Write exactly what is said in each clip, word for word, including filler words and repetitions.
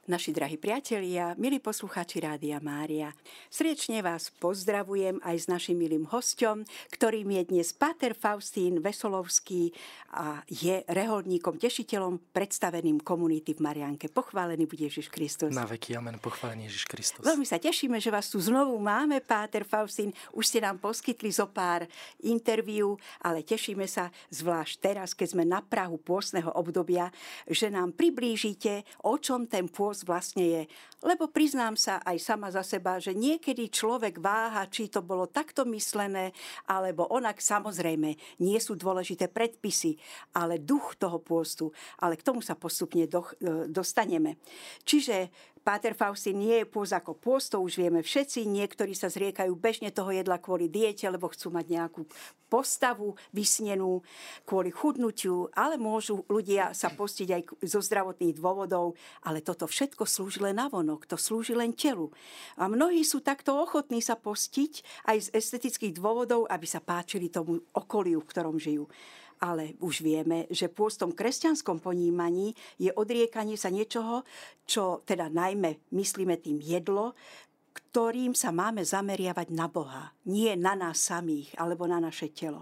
Naši drahí priatelia, milí poslucháči Rádia Mária, srdečne vás pozdravujem aj s našim milým hosťom, ktorým je dnes páter Faustín Vesolovský a je reholníkom, tešiteľom, predstaveným komunity v Mariánke. Pochválený bude Ježiš Kristus. Na veky, amen, pochválený Ježiš Kristus. Veľmi sa tešíme, že vás tu znovu máme, páter Faustín. Už ste nám poskytli zo pár interviú, ale tešíme sa zvlášť teraz, keď sme na prahu pôstneho obdobia, že nám priblížite, o čom ten pôst vlastne je. Lebo priznám sa aj sama za seba, že niekedy človek váha, či to bolo takto myslené, alebo onak. Samozrejme, nie sú dôležité predpisy, ale duch toho pôstu. Ale k tomu sa postupne do, dostaneme. Čiže páter Faustín, nie je pôst ako pôst, to už vieme všetci. Niektorí sa zriekajú bežne toho jedla kvôli diete, lebo chcú mať nejakú postavu vysnenú kvôli chudnutiu, ale môžu ľudia sa postiť aj zo zdravotných dôvodov, ale toto všetko slúži len navonok, to slúži len telu. A mnohí sú takto ochotní sa postiť aj z estetických dôvodov, aby sa páčili tomu okoliu, v ktorom žijú. Ale už vieme, že pôstom kresťanskom ponímaní je odriekanie sa niečoho, čo teda najmä myslíme tým jedlo, ktorým sa máme zameriavať na Boha, nie na nás samých alebo na naše telo.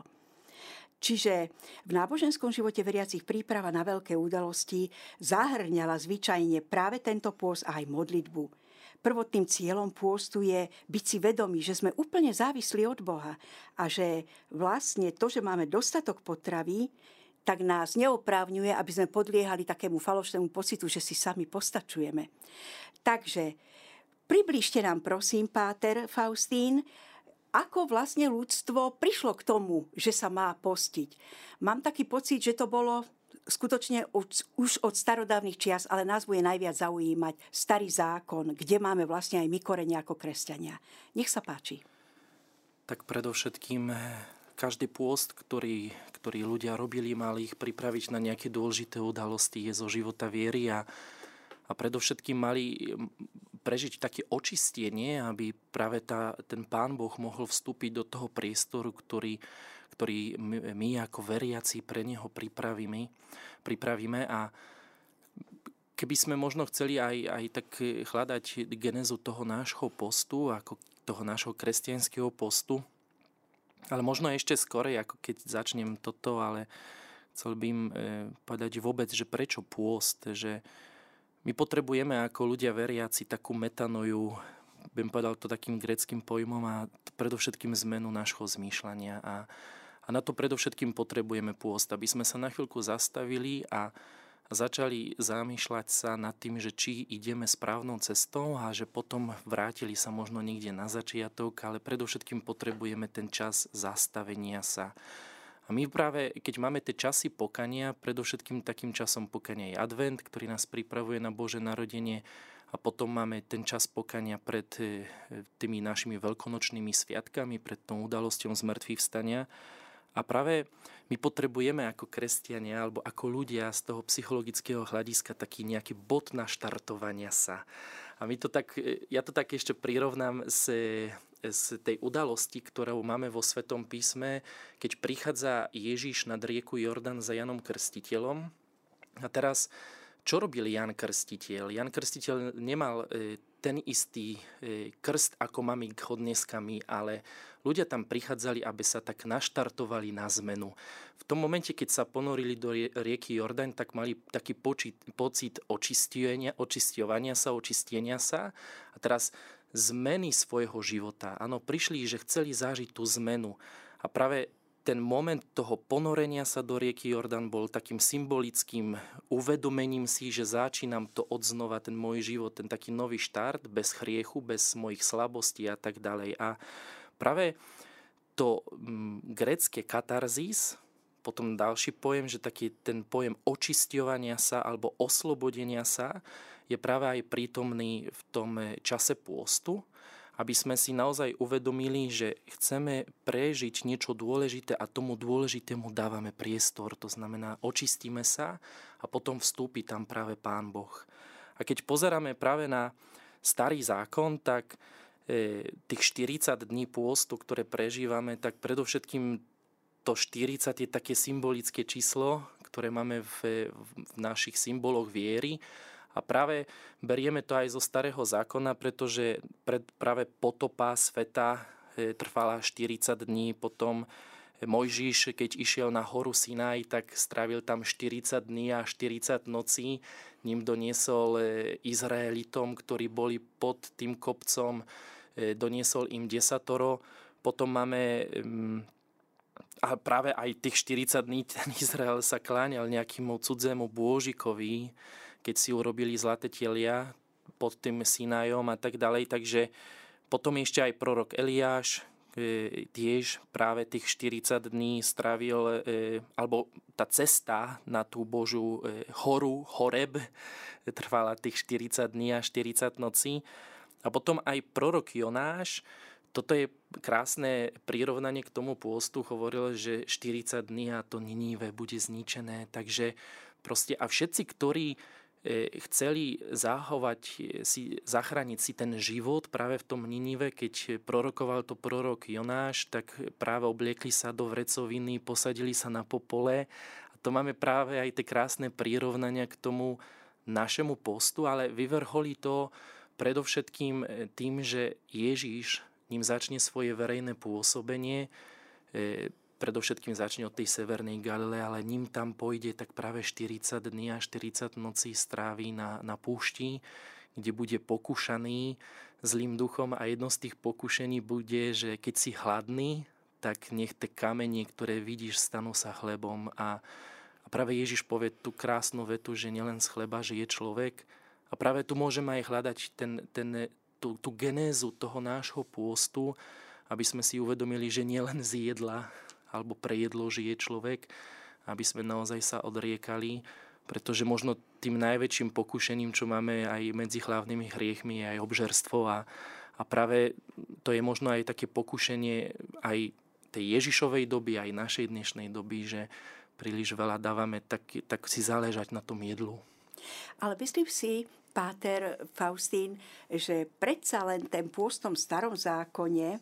Čiže v náboženskom živote veriacich príprava na veľké udalosti zahrňala zvyčajne práve tento pôst a aj modlitbu. Prvotným cieľom pôstu je byť si vedomí, že sme úplne závislí od Boha a že vlastne to, že máme dostatok potravy, tak nás neoprávňuje, aby sme podliehali takému falošnému pocitu, že si sami postačujeme. Takže približte nám, prosím, páter Faustín, ako vlastne ľudstvo prišlo k tomu, že sa má postiť. Mám taký pocit, že to bolo skutočne už od starodávnych čias, ale nás bude najviac zaujímať starý zákon, kde máme vlastne aj my korene ako kresťania. Nech sa páči. Tak predovšetkým každý pôst, ktorý, ktorý ľudia robili, mali ich pripraviť na nejaké dôležité udalosti je zo života viery a, a predovšetkým mali prežiť také očistenie, aby práve tá, ten Pán Boh mohol vstúpiť do toho priestoru, ktorý ktorý my ako veriaci pre neho pripravíme, pripravíme a keby sme možno chceli aj, aj tak hľadať genézu toho nášho postu, ako toho nášho kresťanského postu, ale možno ešte skorej, ako keď začnem toto, ale chcel by im povedať vôbec, že prečo pôst, že my potrebujeme ako ľudia veriaci takú metanoju, bym povedal to takým gréckym pojmom a predovšetkým zmenu nášho zmýšľania a A na to predovšetkým potrebujeme pôst, aby sme sa na chvíľku zastavili a začali zamýšľať sa nad tým, že či ideme správnou cestou a že potom vrátili sa možno niekde na začiatok, ale predovšetkým potrebujeme ten čas zastavenia sa. A my práve, keď máme tie časy pokania, predovšetkým takým časom pokania je advent, ktorý nás pripravuje na Božie narodenie, a potom máme ten čas pokania pred tými našimi veľkonočnými sviatkami, pred tou udalosťou zmŕtvychvstania. A práve my potrebujeme ako kresťania alebo ako ľudia z toho psychologického hľadiska taký nejaký bod naštartovania sa. A my to tak, ja to tak ešte prirovnám z, z tej udalosti, ktorú máme vo Svetom písme, keď prichádza Ježiš nad rieku Jordán za Janom Krstiteľom. A teraz, čo robil Jan Krstiteľ? Jan Krstiteľ nemal ten istý krst, ako máme dneska my, ale ľudia tam prichádzali, aby sa tak naštartovali na zmenu. V tom momente, keď sa ponorili do rieky Jordán, tak mali taký počít, pocit očisťovania, očisťovania sa, očistenia sa a teraz zmeny svojho života. Áno, prišli, že chceli zažiť tú zmenu a práve ten moment toho ponorenia sa do rieky Jordán bol takým symbolickým uvedomením si, že začínam to odznova, ten môj život, ten taký nový štart, bez hriechu, bez mojich slabostí a tak ďalej. A práve to mm, grécke katarzis, potom ďalší pojem, že taký ten pojem očisťovania sa alebo oslobodenia sa je práve aj prítomný v tom čase pôstu, aby sme si naozaj uvedomili, že chceme prežiť niečo dôležité a tomu dôležitému dávame priestor. To znamená, očistíme sa a potom vstúpi tam práve Pán Boh. A keď pozeráme práve na starý zákon, tak e, tých štyridsať dní pôstu, ktoré prežívame, tak predovšetkým to štyridsať je také symbolické číslo, ktoré máme v, v našich symboloch viery. A práve berieme to aj zo Starého zákona, pretože pred, práve potopa sveta trvala štyridsať dní, potom Mojžiš, keď išiel na horu Sinaj, tak strávil tam štyridsať dní a štyridsať nocí, ním doniesol Izraelitom, ktorí boli pod tým kopcom, doniesol im desatoro. Potom máme, a práve aj tých štyridsať dní ten Izrael sa kláňal nejakému cudzému bôžikovi, keď si urobili zlaté telia pod tým Sinajom a tak ďalej. Takže potom ešte aj prorok Eliáš tiež práve tých štyridsať dní strávil, alebo tá cesta na tú Božú horu, Horeb, trvala tých štyridsať dní a štyridsať nocí. A potom aj prorok Jonáš, toto je krásne prirovnanie k tomu pôstu, hovoril, že štyridsať dní a to Ninive bude zničené. Takže proste a všetci, ktorí chceli zahovať si, zachrániť si ten život práve v tom Ninive, keď prorokoval to prorok Jonáš, tak práve obliekli sa do vrecoviny, posadili sa na popole. A to máme práve aj tie krásne prirovnania k tomu našemu postu, ale vyvrholí to predovšetkým tým, že Ježiš ním začne svoje verejné pôsobenie, predovšetkým začne od tej severnej Galilei, ale ním tam pôjde tak práve štyridsať dní a štyridsať nocí stráví na, na púšti, kde bude pokúšaný zlým duchom a jedno z tých pokušení bude, že keď si hladný, tak nech tie kamene, ktoré vidíš, stanú sa chlebom. A, a práve Ježiš povie tú krásnu vetu, že nielen z chleba žije človek. A práve tu môžeme aj hľadať ten, ten, tú, tú genézu toho nášho pôstu, aby sme si uvedomili, že nielen z jedla alebo pre jedlo žije človek, aby sme naozaj sa odriekali, pretože možno tým najväčším pokušením, čo máme aj medzi hlavnými hriechmi, je aj obžerstvo a, a práve to je možno aj také pokušenie aj tej Ježišovej doby, aj našej dnešnej doby, že príliš veľa dávame, tak, tak si záležať na tom jedlu. Ale myslím si, páter Faustín, že predsa len ten pôst v tom starom zákone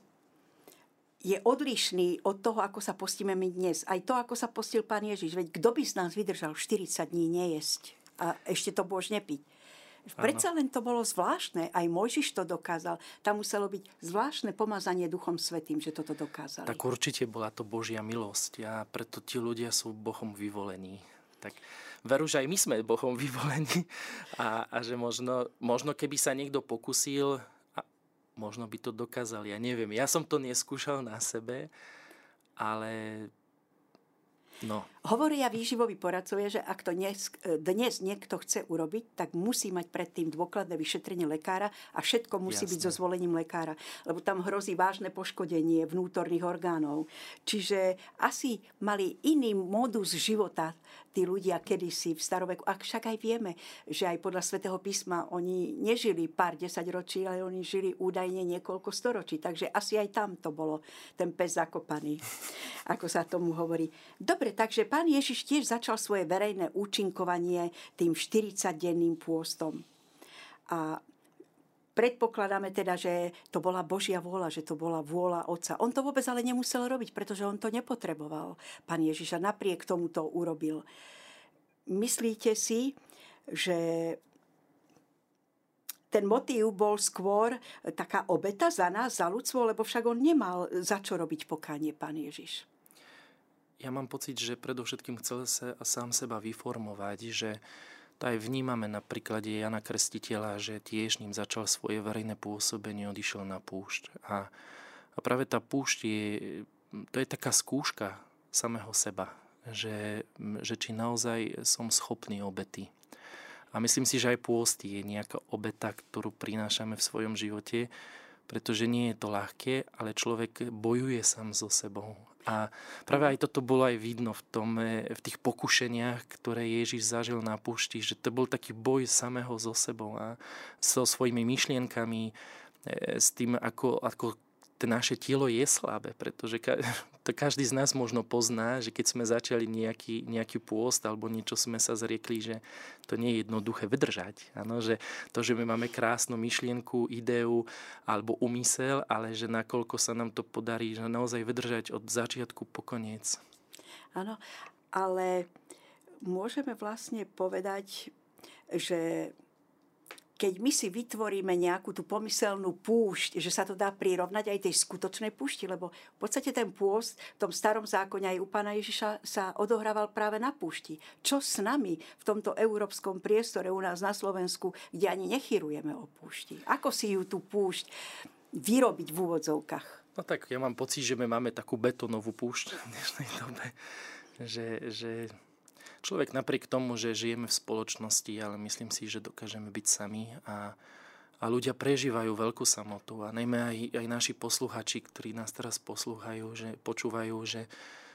je odlišný od toho, ako sa postíme my dnes. Aj to, ako sa postil pán Ježiš. Veď kto by z nás vydržal štyridsať dní nejesť a ešte to bož nepiť. Predsa len to bolo zvláštne. Aj Mojžiš to dokázal. Tam muselo byť zvláštne pomazanie Duchom Svätým, že toto dokázali. Tak určite bola to Božia milosť a preto tí ľudia sú Bohom vyvolení. Tak veru, že aj my sme Bohom vyvolení a, a že možno, možno keby sa niekto pokusil, možno by to dokázali, ja neviem. Ja som to neskúšal na sebe, ale no. Hovoria výživoví poradcovia, že ak to dnes, dnes niekto chce urobiť, tak musí mať predtým dôkladné vyšetrenie lekára a všetko musí Jasne. byť so zvolením lekára, lebo tam hrozí vážne poškodenie vnútorných orgánov. Čiže asi mali iný modus života tí ľudia kedysi v staroveku. A však aj vieme, že aj podľa Svätého písma oni nežili pár desaťročí, ale oni žili údajne niekoľko storočí. Takže asi aj tam to bolo ten pes zakopaný, ako sa tomu hovorí. Dobre, takže pán Ježiš tiež začal svoje verejné účinkovanie tým štyridsaťdenným pôstom. A predpokladáme teda, že to bola Božia vôľa, že to bola vôľa Otca. On to vôbec ale nemusel robiť, pretože on to nepotreboval. Pán Ježiš a napriek tomu to urobil. Myslíte si, že ten motív bol skôr taká obeta za nás, za ľudstvo, lebo však on nemal za čo robiť pokánie, pán Ježiš? Ja mám pocit, že predovšetkým chcel sa sám seba vyformovať, že to aj vnímame na príklade Jana Krstiteľa, že tiež ním začal svoje verejné pôsobenie, odišiel na púšť. A, a práve tá púšť je, to je taká skúška samého seba, že, že či naozaj som schopný obety. A myslím si, že aj pôst je nejaká obeta, ktorú prinášame v svojom živote, pretože nie je to ľahké, ale človek bojuje sám so sebou. A práve aj toto bolo aj vidno v, tom, v tých pokušeniach, ktoré Ježiš zažil na púšti, že to bol taký boj samého so sebou a so svojimi myšlienkami, s tým, ako, ako to naše telo je slabé, pretože to každý z nás možno pozná, že keď sme začali nejaký, nejaký pôst alebo niečo sme sa zriekli, že to nie je jednoduché vydržať. Áno, že to, že my máme krásnu myšlienku, ideu alebo úmysel, ale že nakoľko sa nám to podarí, že naozaj vydržať od začiatku po koniec. Áno, ale môžeme vlastne povedať, že keď my si vytvoríme nejakú tú pomyselnú púšť, že sa to dá prirovnať aj tej skutočnej púšti, lebo v podstate ten pôst v tom starom zákone aj u Pána Ježiša sa odohrával práve na púšti. Čo s nami v tomto európskom priestore u nás na Slovensku, kde ani nechyrujeme o púšti? Ako si ju tú púšť vyrobiť v úvodzovkách? No tak ja mám pocit, že my máme takú betónovú púšť v dnešnej dobe, že, že človek napriek tomu, že žijeme v spoločnosti, ale myslím si, že dokážeme byť sami a, a ľudia prežívajú veľkú samotu a najmä aj, aj naši posluchači, ktorí nás teraz poslúchajú, že počúvajú, že,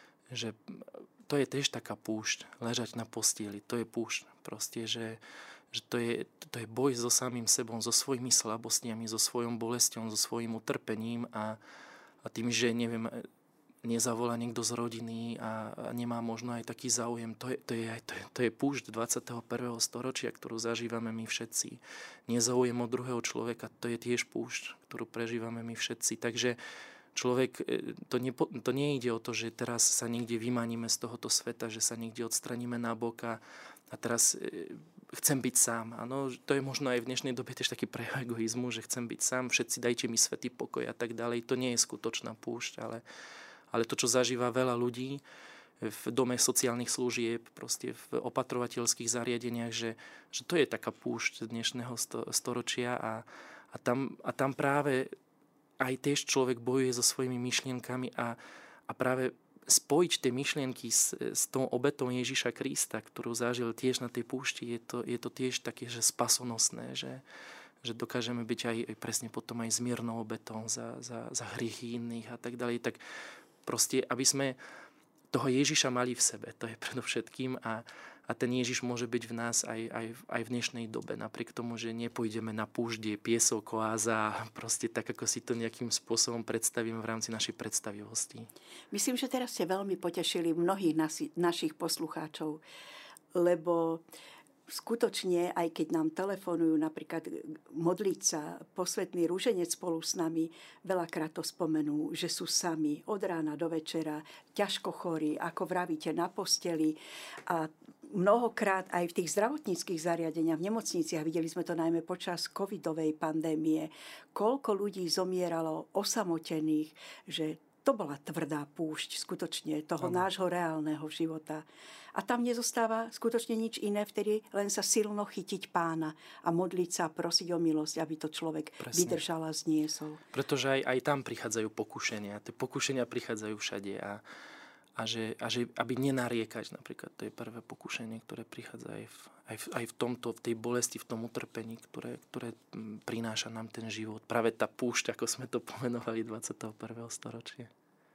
že to je tiež taká púšť, ležať na postieli, to je púšť proste, že, že to, je, to je boj so samým sebou, so svojimi slabostiami, so svojou bolesťou, so svojím utrpením a, a tým, že neviem, nezavolá niekto z rodiny a nemá možno aj taký záujem. To je, to je, to je, to je púšť dvadsiateho prvého storočia, ktorú zažívame my všetci. Nezáujem od druhého človeka, to je tiež púšť, ktorú prežívame my všetci. Takže človek, to, nepo, to nejde o to, že teraz sa niekde vymaníme z tohoto sveta, že sa niekde odstraníme nabok a, a teraz chcem byť sám. Áno, to je možno aj v dnešnej dobe tiež taký prejav egoizmu, že chcem byť sám, všetci dajte mi svätý pokoj a tak ďalej. To nie je skutočná púšť, ale Ale to, čo zažíva veľa ľudí v dome sociálnych služieb, proste v opatrovateľských zariadeniach, že, že to je taká púšť dnešného storočia a, a, tam, a tam práve aj tiež človek bojuje so svojimi myšlienkami a, a práve spojiť tie myšlienky s, s tou obetou Ježiša Krista, ktorú zažil tiež na tej púšti, je to, je to tiež také, že spasonosné, že, že dokážeme byť aj, aj presne potom aj s miernou obetou za, za, za hriechy iných a tak ďalej. Tak proste, aby sme toho Ježiša mali v sebe, to je predovšetkým a, a ten Ježiš môže byť v nás aj, aj, aj v dnešnej dobe, napriek tomu, že nepôjdeme na púšť, kde je piesok, oáza, proste tak, ako si to nejakým spôsobom predstavíme v rámci našej predstavivosti. Myslím, že teraz ste veľmi potešili mnohých nasi, našich poslucháčov, lebo skutočne, aj keď nám telefonujú napríklad modliť sa, posvätný rúženec spolu s nami, veľakrát to spomenú, že sú sami od rána do večera, ťažko chorí, ako vravíte, na posteli a mnohokrát aj v tých zdravotníckych zariadeniach, v nemocniciach, videli sme to najmä počas covidovej pandémie, koľko ľudí zomieralo osamotených, že to bola tvrdá púšť skutočne toho ano. Nášho reálneho života. A tam nezostáva skutočne nič iné, vtedy len sa silno chytiť Pána a modliť sa a prosiť o milosť, aby to človek Presne. Vydržal a zniesol. Pretože aj, aj tam prichádzajú pokušenia. Tie pokušenia prichádzajú všade a, a, že, a že aby nenariekať napríklad, to je prvé pokušenie, ktoré prichádza aj v, aj v, aj v tomto, v tej bolesti, v tom utrpení, ktoré, ktoré prináša nám ten život. Práve tá púšť, ako sme to pomenovali dvadsiateho prvého storočia.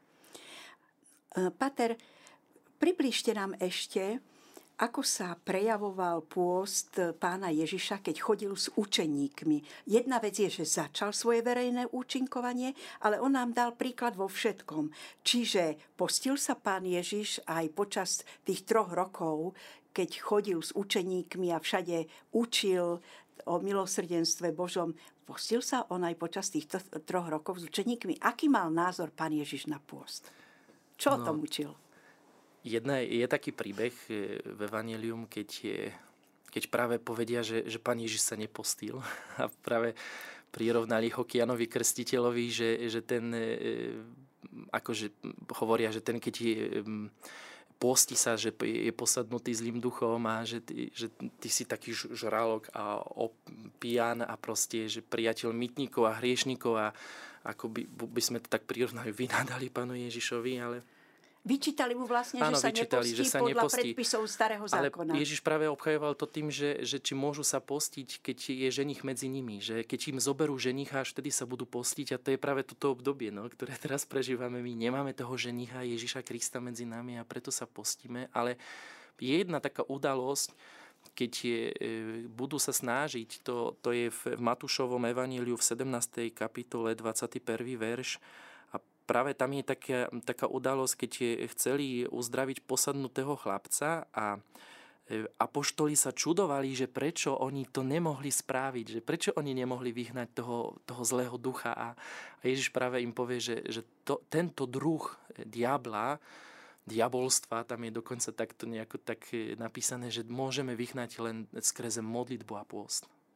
Pater, priblížte nám ešte, ako sa prejavoval pôst Pána Ježiša, keď chodil s učeníkmi. Jedna vec je, že začal svoje verejné účinkovanie, ale on nám dal príklad vo všetkom. Čiže postil sa Pán Ježiš aj počas tých troch rokov, keď chodil s učeníkmi a všade učil o milosrdenstve Božom. Postil sa on aj počas týchto troch rokov s učeníkmi. Aký mal názor Pán Ježiš na pôst? Čo o tom učil? Jedna, je taký príbeh v Evanjelium, keď, je, keď práve povedia, že, že Pán Ježiš sa nepostil a práve prirovnali ho k Janovi Krstiteľovi, že, že ten, akože hovoria, že ten, keď je, postí sa, že je posadnutý zlým duchom a že ty, že ty si taký žralok a opijan a proste, že priateľ mytníkov a hriešnikov a ako by, by sme to tak prirovnali, vynadali Pánu Ježišovi, ale vyčítali mu vlastne, áno, že sa vyčítali, nepostí že sa podľa nepostí. predpisov starého zákona. Ale Ježiš práve obhajoval to tým, že, že či môžu sa postiť, keď je ženich medzi nimi. Že keď im zoberú ženicha, až vtedy sa budú postiť. A to je práve toto obdobie, no, ktoré teraz prežívame my. Nemáme toho ženicha Ježiša Krista medzi nami a preto sa postíme. Ale je jedna taká udalosť, keď je, budú sa snažiť, to, to je v Matúšovom evaníliu v sedemnástej kapitole dvadsiaty prvý verš. Práve tam je taká, taká udalosť, keď chceli uzdraviť posadnutého chlapca a apoštoli sa čudovali, že prečo oni to nemohli spraviť, že prečo oni nemohli vyhnať toho, toho zlého ducha. A Ježiš práve im povie, že, že to, tento druh diabla, diabolstva, tam je dokonca takto nejako tak napísané, že môžeme vyhnať len skrze modlitbu a pôst.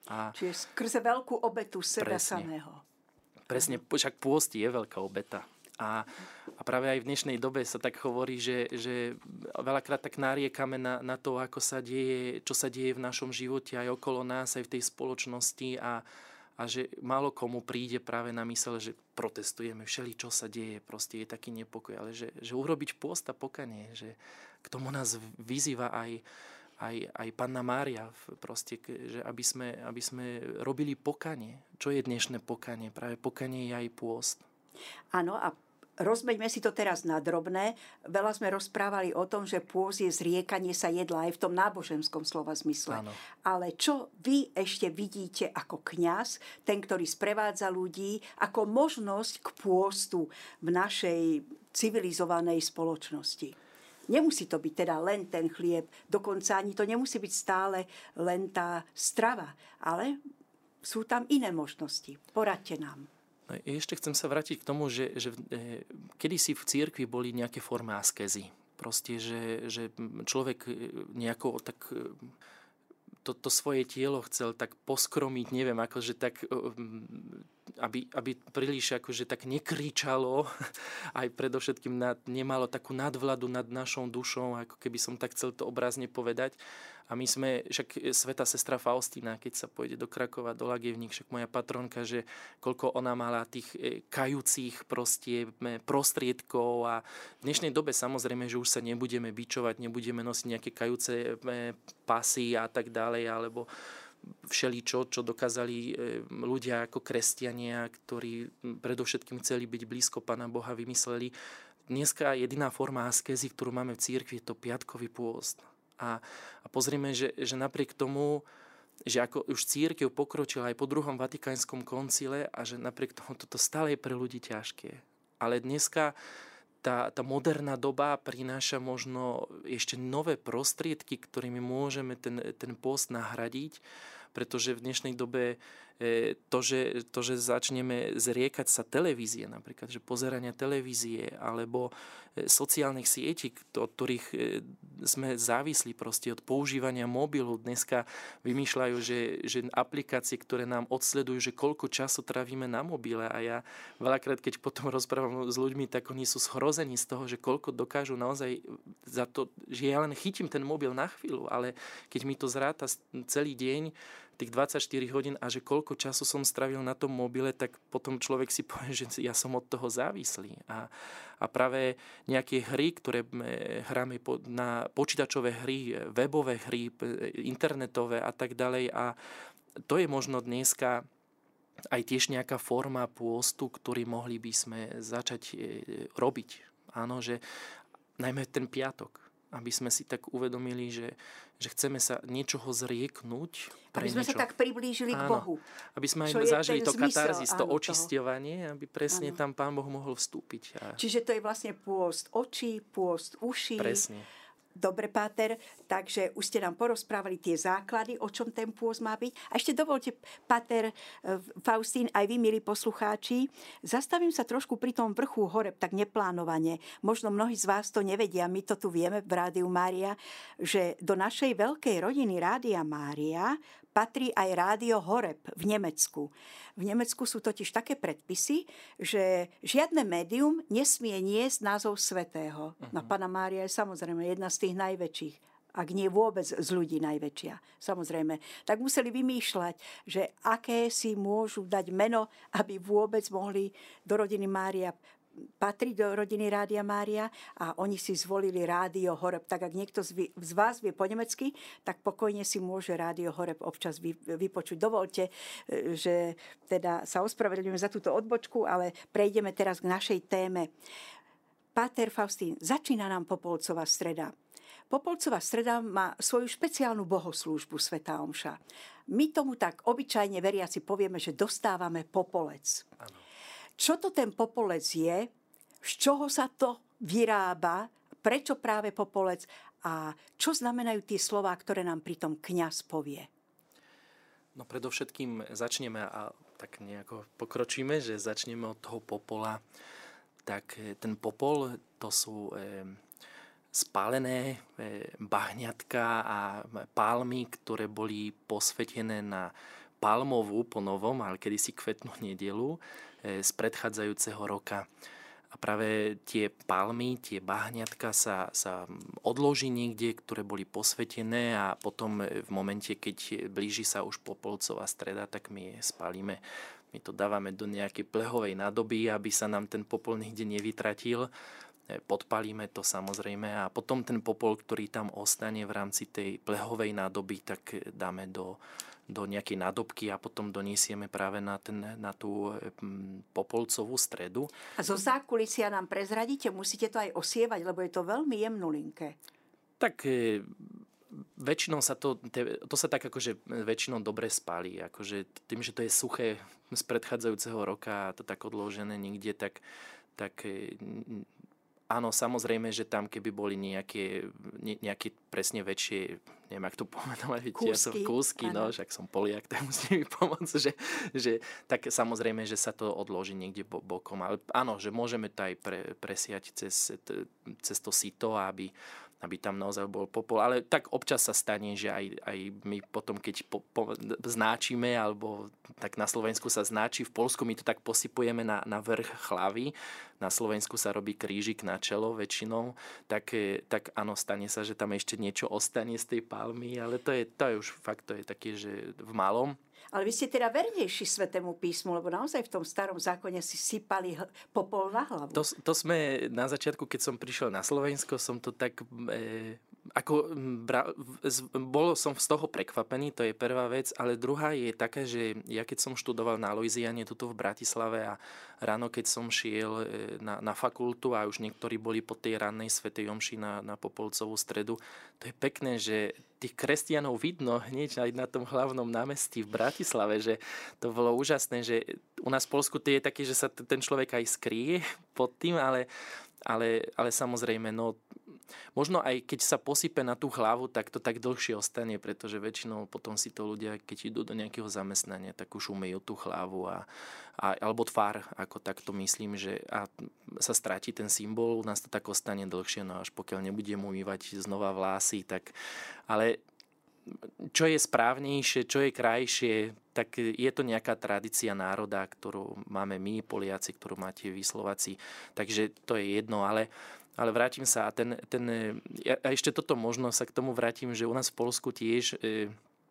A čiže skrze veľkú obetu seba presne, samého. Presne, však pôst je veľká obeta. A, a práve aj v dnešnej dobe sa tak hovorí, že, že veľakrát tak nariekame na, na to, ako sa deje, čo sa deje v našom živote aj okolo nás, aj v tej spoločnosti a, a že málo komu príde práve na mysel, že protestujeme všeli, čo sa deje, proste je taký nepokoj, ale že, že urobiť pôst a pokanie, že k tomu nás vyzýva aj, aj, aj Panna Mária, proste, že aby sme, aby sme robili pokanie. Čo je dnešné pokanie? Práve pokanie je aj pôst. Áno, a rozmeňme si to teraz na drobné. Veľa sme rozprávali o tom, že pôst je zriekanie sa jedla aj v tom náboženskom slova zmysle. Áno. Ale čo vy ešte vidíte ako kňaz, ten, ktorý sprevádza ľudí, ako možnosť k pôstu v našej civilizovanej spoločnosti? Nemusí to byť teda len ten chlieb, dokonca ani to nemusí byť stále len tá strava, ale sú tam iné možnosti. Poradte nám. No, ešte chcem sa vrátiť k tomu, že, že e, kedysi v cirkvi boli nejaké formy askézy. Proste, že, že človek nejako tak e, to, to svoje telo chcel tak poskromiť, neviem, akože tak, e, aby, aby príliš akože tak nekričalo, aj predovšetkým nad, nemalo takú nadvladu nad našou dušou, ako keby som tak chcel to obrazne povedať. A my sme, však svätá sestra Faustína, keď sa pôjde do Krakova, do Lagievník, však moja patronka, že koľko ona mala tých kajúcich proste prostriedkov a v dnešnej dobe samozrejme, že už sa nebudeme bičovať, nebudeme nosiť nejaké kajúce pasy a tak ďalej, alebo všeličo, čo dokázali ľudia ako kresťania, ktorí predovšetkým chceli byť blízko Pána Boha, vymysleli. Dneska jediná forma askézy, ktorú máme v cirkvi, je to piatkový pôst. A, a pozrime, že, že napriek tomu, že ako už cirkev pokročila aj po druhom Vatikánskom koncile a že napriek tomu toto stále je pre ľudí ťažké. Ale dneska tá, tá moderná doba prináša možno ešte nové prostriedky, ktorými môžeme ten, ten pôst nahradiť, pretože v dnešnej dobe to že, to, že začneme zriekať sa televízie, napríklad, že pozerania televízie alebo sociálnych sietí, od ktorých sme závislí proste od používania mobilu. Dneska vymýšľajú, že, že aplikácie, ktoré nám odsledujú, že koľko času trávime na mobile a ja veľakrát, keď potom rozprávam s ľuďmi, tak oni sú schrození z toho, že koľko dokážu naozaj za to, že ja len chytím ten mobil na chvíľu, ale keď mi to zráta celý deň, tých dvadsaťštyri hodín a že koľko času som stravil na tom mobile, tak potom človek si povie, že ja som od toho závislý. A, a práve nejaké hry, ktoré hráme na počítačové hry, webové hry, internetové a tak ďalej. A to je možno dneska aj tiež nejaká forma pôstu, ktorý mohli by sme začať robiť. Áno, že najmä ten piatok, aby sme si tak uvedomili, že, že chceme sa niečoho zrieknúť. Aby sme niečo, sa tak priblížili áno, k Bohu. Aby sme aj Čo zažili to zmysel, katarzis, to áno, očisťovanie, aby presne áno. tam Pán Boh mohol vstúpiť. A... Čiže to je vlastne pôst očí, pôst uší. Presne. Dobre, páter, takže už ste nám porozprávali tie základy, o čom ten pôst má byť. A ešte dovolte, páter Faustín, aj vy, milí poslucháči, zastavím sa trošku pri tom vrchu Horeb, tak neplánovane. Možno mnohí z vás to nevedia, my to tu vieme v Rádiu Mária, že do našej veľkej rodiny Rádia Mária patrí aj Rádio Horeb v Nemecku. V Nemecku sú totiž také predpisy, že žiadne médium nesmie niesť názov svätého. Uh-huh. No Panna Mária je samozrejme jedna z tých najväčších, ak nie vôbec z ľudí najväčšia. Samozrejme. Tak museli vymýšľať, že aké si môžu dať meno, aby vôbec mohli do rodiny Mária patrí do rodiny Rádia Mária a oni si zvolili Rádio Horeb. Tak ak niekto z vás vie po nemecky, tak pokojne si môže Rádio Horeb občas vypočuť. Dovolte, že teda sa ospravedlňujeme za túto odbočku, ale prejdeme teraz k našej téme. Páter Faustín, začína nám Popolcová streda. Popolcová streda má svoju špeciálnu bohoslúžbu svätá omša. My tomu tak obyčajne veriaci povieme, že dostávame popolec. Áno. Čo to ten popolec je, z čoho sa to vyrába, prečo práve popolec a čo znamenajú tie slová, ktoré nám pritom kňaz povie? No predovšetkým začneme a tak nejako pokročíme, že začneme od toho popola. Tak ten popol, to sú e, spálené e, bahňatka a palmy, ktoré boli posvetené na palmovú po novom, ale kedysi kvetnú nedeľu z predchádzajúceho roka. A práve tie palmy, tie bahňatka sa, sa odloží niekde, ktoré boli posvetené a potom v momente, keď blíži sa už popolcová streda, tak my je spálime. My to dávame do nejakej plehovej nádoby, aby sa nám ten popol nikde nevytratil. Podpalíme to samozrejme a potom ten popol, ktorý tam ostane v rámci tej plehovej nádoby, tak dáme do, do nejakej nádobky a potom doniesieme práve na, ten, na tú popolcovú stredu. A zo zákulisia nám prezradíte, musíte to aj osievať, lebo je to veľmi jemnulinké. Tak e, väčšinou sa to, to sa tak akože väčšinou dobre spálí. Akože tým, že to je suché z predchádzajúceho roka a to tak odložené niekde, tak, tak e, áno, samozrejme, že tam keby boli nejaké, ne, nejaké presne väčšie, neviem, ak to pomenovať, kúsky, ja som kúsky, no, však som Poliak, tak musím mi pomôcť, že, že tak samozrejme, že sa to odloží niekde bo, bokom. Ale áno, že môžeme to aj pre, presiať cez, cez to sito, aby, aby tam naozaj bol popol. Ale tak občas sa stane, že aj, aj my potom, keď po, po, znáčime, alebo tak na Slovensku sa znáči, v Poľsku my to tak posypujeme na, na vrch hlavy, na Slovensku sa robí krížik na čelo väčšinou, tak, tak áno, stane sa, že tam ešte niečo ostane z tej palmy, ale to je, to je už fakt, to je také, že v malom. Ale vy ste teda vernejší Svätému písmu, lebo naozaj v tom starom zákone si sypali popol na hlavu. To, to sme na začiatku, keď som prišiel na Slovensko, som to tak... E, ako bra, bol som z toho prekvapený, to je prvá vec, ale druhá je taká, že ja keď som študoval na Louisiane tuto v Bratislave a ráno keď som šiel na, na fakultu a už niektorí boli po tej rannej svätej omši na, na popolcovú stredu, to je pekné, že tých kresťanov vidno hneď aj na tom hlavnom námestí v Bratislave, že to bolo úžasné, že u nás v Poľsku to je také, že sa ten človek aj skrie pod tým, ale, ale, ale samozrejme, no možno aj keď sa posype na tú hlavu, tak to tak dlhšie ostane, pretože väčšinou potom si to ľudia, keď idú do nejakého zamestnania, tak už umejú tú hlavu a, a, alebo tvár, ako takto myslím, že a sa stráti ten symbol, u nás to tak ostane dlhšie, no až pokiaľ nebudem umývať znova vlasy, tak ale čo je správnejšie, čo je krajšie, tak je to nejaká tradícia národa, ktorú máme my, Poliaci, ktorú máte vy, Slováci, takže to je jedno, ale Ale vrátim sa a ten, ten, a ešte toto možno sa k tomu vrátim, že u nás v Poľsku tiež e,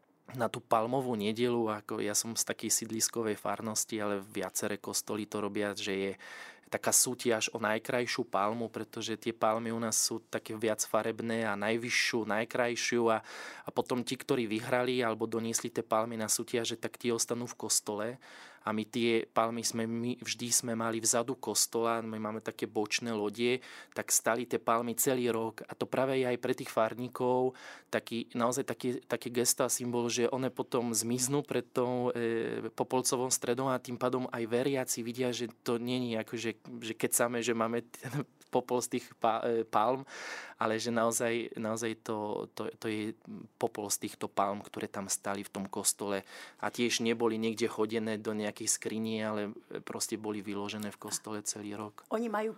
na tú palmovú nedeľu, ako ja som z takej sídliskovej farnosti, ale viaceré kostoly to robia, že je taká súťaž o najkrajšiu palmu, pretože tie palmy u nás sú také viac farebné a najvyššiu, najkrajšiu a, a potom tí, ktorí vyhrali alebo doniesli tie palmy na súťaže, tak tie ostanú v kostole. A my tie palmy sme, my vždy sme mali vzadu kostola, my máme také bočné lodie, tak stali tie palmy celý rok. A to práve je aj pre tých farníkov taký, naozaj taký, taký gesto a symbol, že one potom zmiznú pred tou e, popolcovou stredou a tým pádom aj veriaci vidia, že to nie je ako, že, že keď samé, že máme ten popol z tých palm, ale že naozaj, naozaj to, to, to je popol z týchto palm, ktoré tam stali v tom kostole a tiež neboli niekde chodené do nejakých skriní, ale proste boli vyložené v kostole celý rok. Oni majú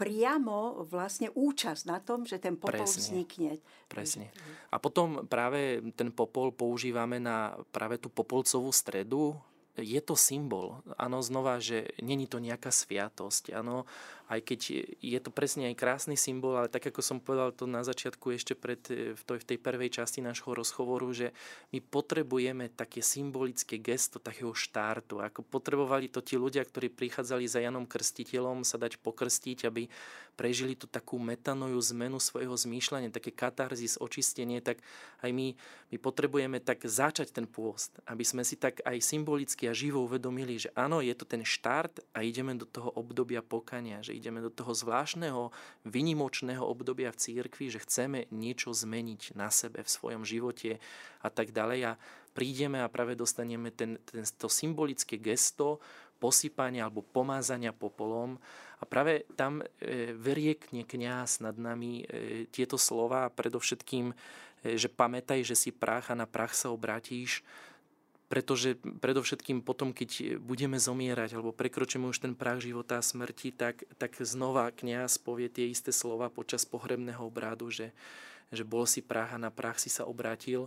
priamo vlastne účasť na tom, že ten popol Presne. vznikne. Presne. A potom práve ten popol používame na práve tú popolcovú stredu. Je to symbol. Áno, znova, že není to nejaká sviatosť. Áno, aj keď je to presne aj krásny symbol, ale tak, ako som povedal to na začiatku ešte pred, v, tej, v tej prvej časti nášho rozhovoru, že my potrebujeme také symbolické gesto takého štartu. Ako potrebovali to tí ľudia, ktorí prichádzali za Janom Krstiteľom sa dať pokrstiť, aby prežili tú takú metanoju zmenu svojho zmýšľania, také katarzis, očistenie, tak aj my, my potrebujeme tak začať ten pôst, aby sme si tak aj symbolicky a živo uvedomili, že áno, je to ten štart a ideme do toho obdobia pokania, že ideme do toho zvláštneho, vynimočného obdobia v cirkvi, že chceme niečo zmeniť na sebe, v svojom živote a tak ďalej a prídeme a práve dostaneme ten, ten, to symbolické gesto posypania alebo pomázania popolom a práve tam e, veriekne kňaz nad nami e, tieto slova predovšetkým, e, že pamätaj, že si prach a na prach sa obrátíš, pretože predovšetkým potom, keď budeme zomierať alebo prekročíme už ten prach života a smrti, tak, tak znova kňaz povie tie isté slova počas pohrebného obrádu, že, že bol si prach a na prach si sa obrátil.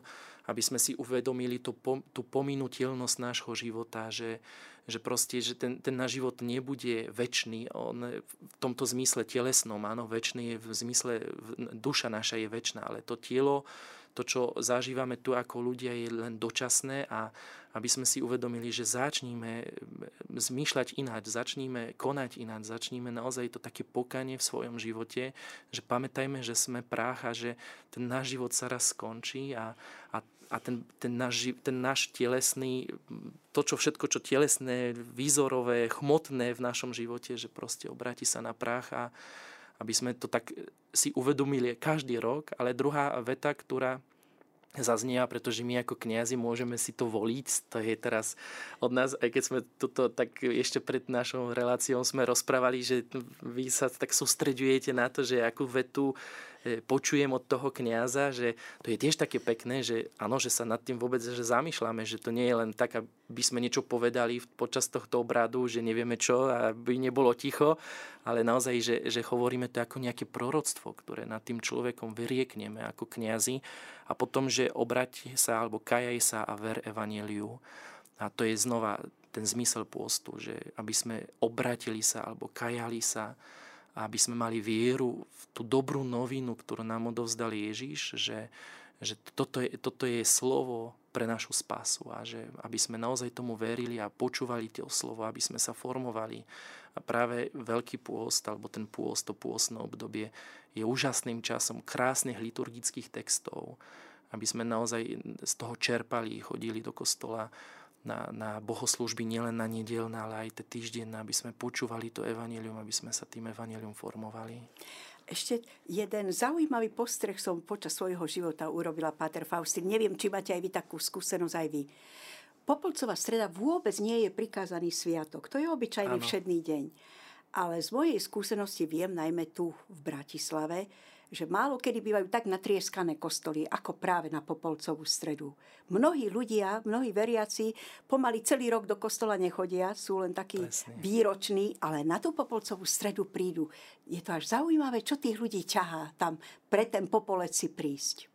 aby sme si uvedomili tú, tú pominuteľnosť nášho života, že, že proste, že ten, ten náš život nebude večný, on v tomto zmysle telesnom, áno, večný je v zmysle, duša naša je večná, ale to telo, to, čo zažívame tu ako ľudia, je len dočasné a aby sme si uvedomili, že začníme zmýšľať ináč, začníme konať ináč, začníme naozaj to také pokanie v svojom živote, že pamätajme, že sme prach a že ten náš život sa raz skončí a, a, a ten, ten, náš, ten náš telesný, to, čo všetko, čo telesné, výzorové, hmotné v našom živote, že proste obráti sa na prach a aby sme to tak si uvedomili každý rok, ale druhá veta, ktorá zaznieva, pretože my ako kňazi môžeme si to voliť, to je teraz od nás, aj keď sme toto tak ešte pred našou reláciou sme rozprávali, že vy sa tak sústreďujete na to, že akú vetu počujem od toho kňaza, že to je tiež také pekné, že áno, že sa nad tým vôbec že zamýšľame, že to nie je len tak, aby sme niečo povedali počas tohto obradu, že nevieme čo, aby nebolo ticho, ale naozaj, že, že hovoríme to ako nejaké proroctvo, ktoré nad tým človekom vyriekneme ako kňazi a potom, že obráť sa alebo kajaj sa a ver evanjeliu. A to je znova ten zmysel pôstu, že aby sme obratili sa alebo kajali sa, aby sme mali vieru v tú dobrú novinu, ktorú nám odovzdal Ježiš, že, že toto, je, toto je slovo pre našu spásu a že aby sme naozaj tomu verili a počúvali to slovo, aby sme sa formovali. A práve Veľký pôst, alebo ten pôst, to pôstne obdobie, je úžasným časom krásnych liturgických textov, aby sme naozaj z toho čerpali, chodili do kostola na, na bohoslúžby nielen na nedeľné, ale aj tie týždenné, aby sme počúvali to evanjelium, aby sme sa tým evanjelium formovali. Ešte jeden zaujímavý postreh som počas svojho života urobila, páter Faustín. Neviem, či máte aj vy takú skúsenosť aj vy. Popolcová streda vôbec nie je prikázaný sviatok. To je obyčajný Áno. všedný deň. Ale z mojej skúsenosti viem, najmä tu v Bratislave, že málo kedy bývajú tak natrieskané kostoly, ako práve na Popolcovú stredu. Mnohí ľudia, mnohí veriaci pomaly celý rok do kostola nechodia, sú len takí Presne. výroční, ale na tú Popolcovú stredu prídu. Je to až zaujímavé, čo tých ľudí ťahá tam pre ten Popolec si prísť.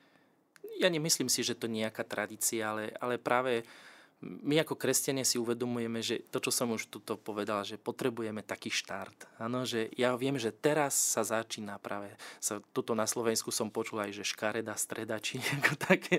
Ja nemyslím si, že to je nejaká tradícia, ale, ale práve my ako kresťania si uvedomujeme, že to, čo som už tuto povedal, že potrebujeme taký štart. Áno, že ja viem, že teraz sa začína práve. Sa, tuto na Slovensku som počul aj, že škareda streda, či ako také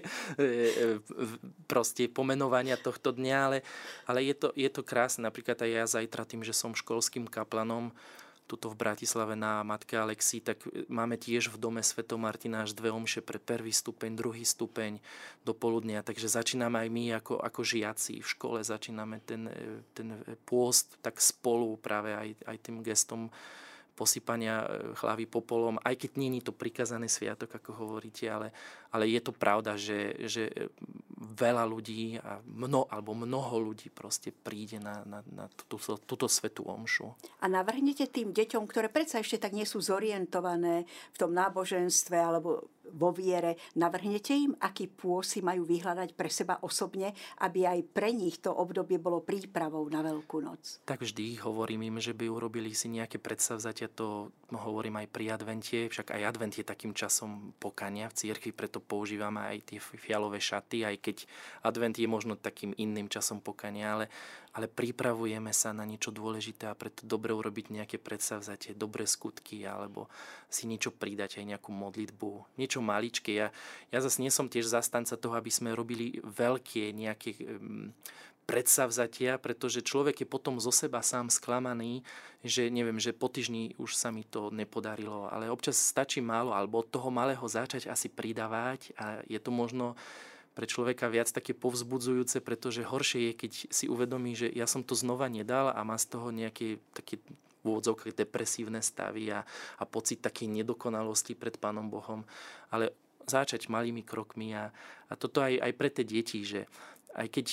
e, proste pomenovania tohto dňa, ale, ale je, to, je to krásne. Napríklad aj ja zajtra tým, že som školským kaplanom tuto v Bratislave na Matke Alexii, tak máme tiež v dome Svätého Martina až dve omše pre prvý stupeň, druhý stupeň do poludnia. Takže začíname aj my ako, ako žiaci v škole, začíname ten, ten pôst tak spolu práve aj, aj tým gestom posypania hlavy popolom, aj keď nie je to prikazaný sviatok, ako hovoríte, ale, ale je to pravda, že, že veľa ľudí a mno, alebo mnoho ľudí proste príde na, na, na túto, túto svätú omšu. A navrhnete tým deťom, ktoré predsa ešte tak nie sú zorientované v tom náboženstve alebo vo viere, navrhnete im, aký pôst si majú vyhľadať pre seba osobne, aby aj pre nich to obdobie bolo prípravou na Veľkú noc? Tak vždy hovorím im, že by urobili si nejaké predsavzatia, to hovorím aj pri advente, však aj advent je takým časom pokania v cirkvi, preto používame aj tie fialové šaty, aj keď advent je možno takým iným časom pokania, ale, ale pripravujeme sa na niečo dôležité a preto dobre urobiť nejaké predsavzatie, dobré skutky, alebo si niečo pridať, aj nejakú modlitbu, niečo maličké. Ja, ja zase nie som tiež zastanca toho, aby sme robili veľké nejaké um, predsavzatia, pretože človek je potom zo seba sám sklamaný, že neviem, že po týždni už sa mi to nepodarilo, ale občas stačí málo, alebo od toho malého začať asi pridávať a je to možno pre človeka viac také povzbudzujúce, pretože horšie je, keď si uvedomí, že ja som to znova nedal a má z toho nejaké také v úvodzovkách depresívne stavy a, a pocit takej nedokonalosti pred Pánom Bohom. Ale začať malými krokmi a, a toto aj, aj pre tie deti, že aj keď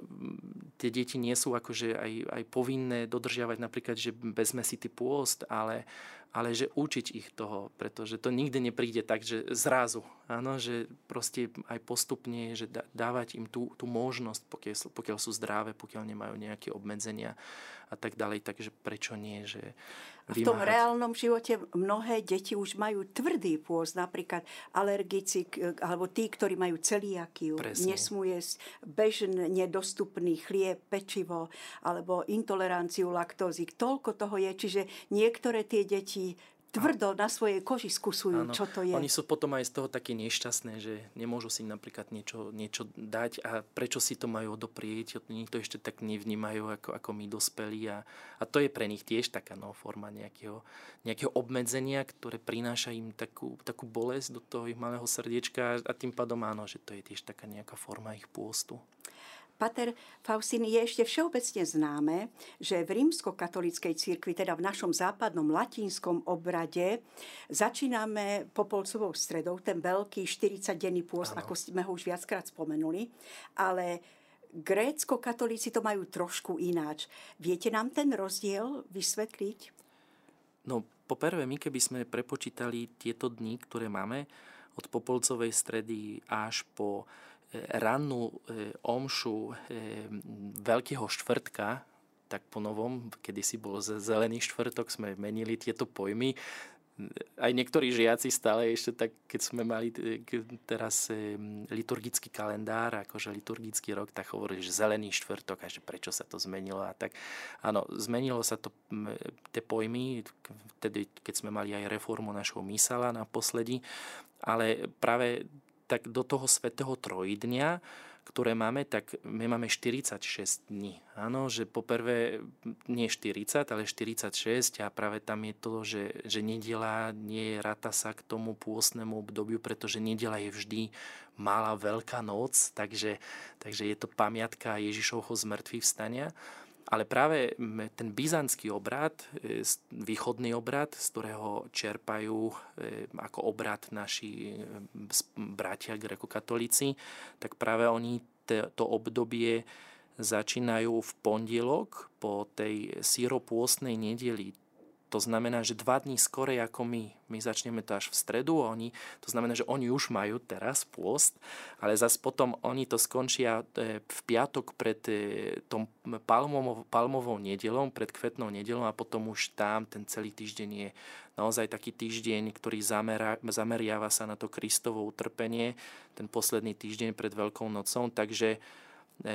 tie deti nie sú akože aj, aj povinné dodržiavať napríklad, že bezmesitý pôst, ale, ale že učiť ich toho, pretože to nikdy nepríde tak, že zrazu. Áno, že proste aj postupne, že dávať im tú, tú možnosť, pokiaľ, pokiaľ sú zdravé, pokiaľ nemajú nejaké obmedzenia a tak ďalej, takže prečo nie, že vymáhať. A v tom reálnom živote mnohé deti už majú tvrdý pôst, napríklad alergici, alebo tí, ktorí majú celiakiu, nesmú jesť bežne nedostupný chlieb, pečivo, alebo intoleranciu laktózy. Toľko toho je, čiže niektoré tie deti tvrdo na svojej koži skúsujú, čo to je. Oni sú potom aj z toho také nešťastné, že nemôžu si napríklad niečo, niečo dať a prečo si to majú odoprieť. Oni to ešte tak nevnímajú, ako, ako my dospelí. A, a to je pre nich tiež taká no, forma nejakého, nejakého obmedzenia, ktoré prináša im takú, takú bolesť do toho ich malého srdiečka a tým pádom áno, že to je tiež taká nejaká forma ich pôstu. Pater Faustín, je ešte všeobecne známe, že v rímskokatolíckej cirkvi, teda v našom západnom latínskom obrade, začíname popolcovou stredou, ten veľký štyridsaťdenný pôst, ano. Ako sme ho už viackrát spomenuli, ale grécko-katolíci to majú trošku ináč. Viete nám ten rozdiel vysvetliť? No, poprvé, my keby sme prepočítali tieto dni, ktoré máme, od popolcovej stredy až po rannú e, omšu e, Veľkého štvrtka, tak po novom, kedysi bol zelený štvrtok, sme menili tieto pojmy. Aj niektorí žiaci stále ešte tak, keď sme mali teraz e, liturgický kalendár, akože liturgický rok, tak hovorili, že zelený štvrtok a že prečo sa to zmenilo. A tak áno, zmenilo sa to tie pojmy, vtedy, keď sme mali aj reformu našho mísala naposledy, ale práve tak do toho svätého trojdňa, ktoré máme, tak my máme štyridsaťšesť dní. Áno, že poprvé nie štyridsať, ale štyridsaťšesť a práve tam je to, že, že nedeľa nie ráta sa k tomu pôstnemu obdobiu, pretože nedeľa je vždy malá veľká noc, takže, takže je to pamiatka Ježišovho zmŕtvychvstania. Ale práve ten byzantský obrad, východný obrad, z ktorého čerpajú ako obrad naši bratia grékokatolíci, tak práve oni to obdobie začínajú v pondelok po tej síropôstnej nedeli. To znamená, že dva dní skorej ako my. My začneme to až v stredu. Oni, to znamená, že oni už majú teraz pôst, ale zase potom oni to skončia v piatok pred tom palmovou, palmovou nedelou, pred kvetnou nedelou a potom už tam ten celý týždeň je naozaj taký týždeň, ktorý zamera, zameriava sa na to Kristovo utrpenie, ten posledný týždeň pred Veľkou nocou. Takže e,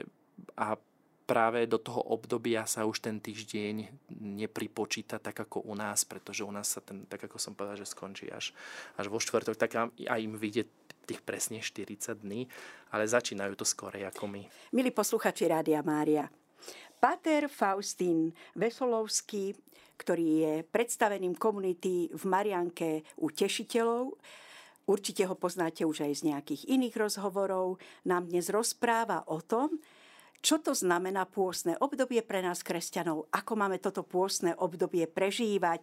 a práve do toho obdobia sa už ten týždeň nepripočíta tak ako u nás, pretože u nás sa ten, tak ako som povedal, že skončí až, až vo štvrtok, tak aj im vyjde tých presne štyridsať dní, ale začínajú to skorej ako my. Milí posluchači Rádia Mária, Páter Faustín Vesolovský, ktorý je predstaveným komunity v Marianke u Tešiteľov, určite ho poznáte už aj z nejakých iných rozhovorov, nám dnes rozpráva o tom, čo to znamená pôstne obdobie pre nás kresťanov, ako máme toto pôstne obdobie prežívať.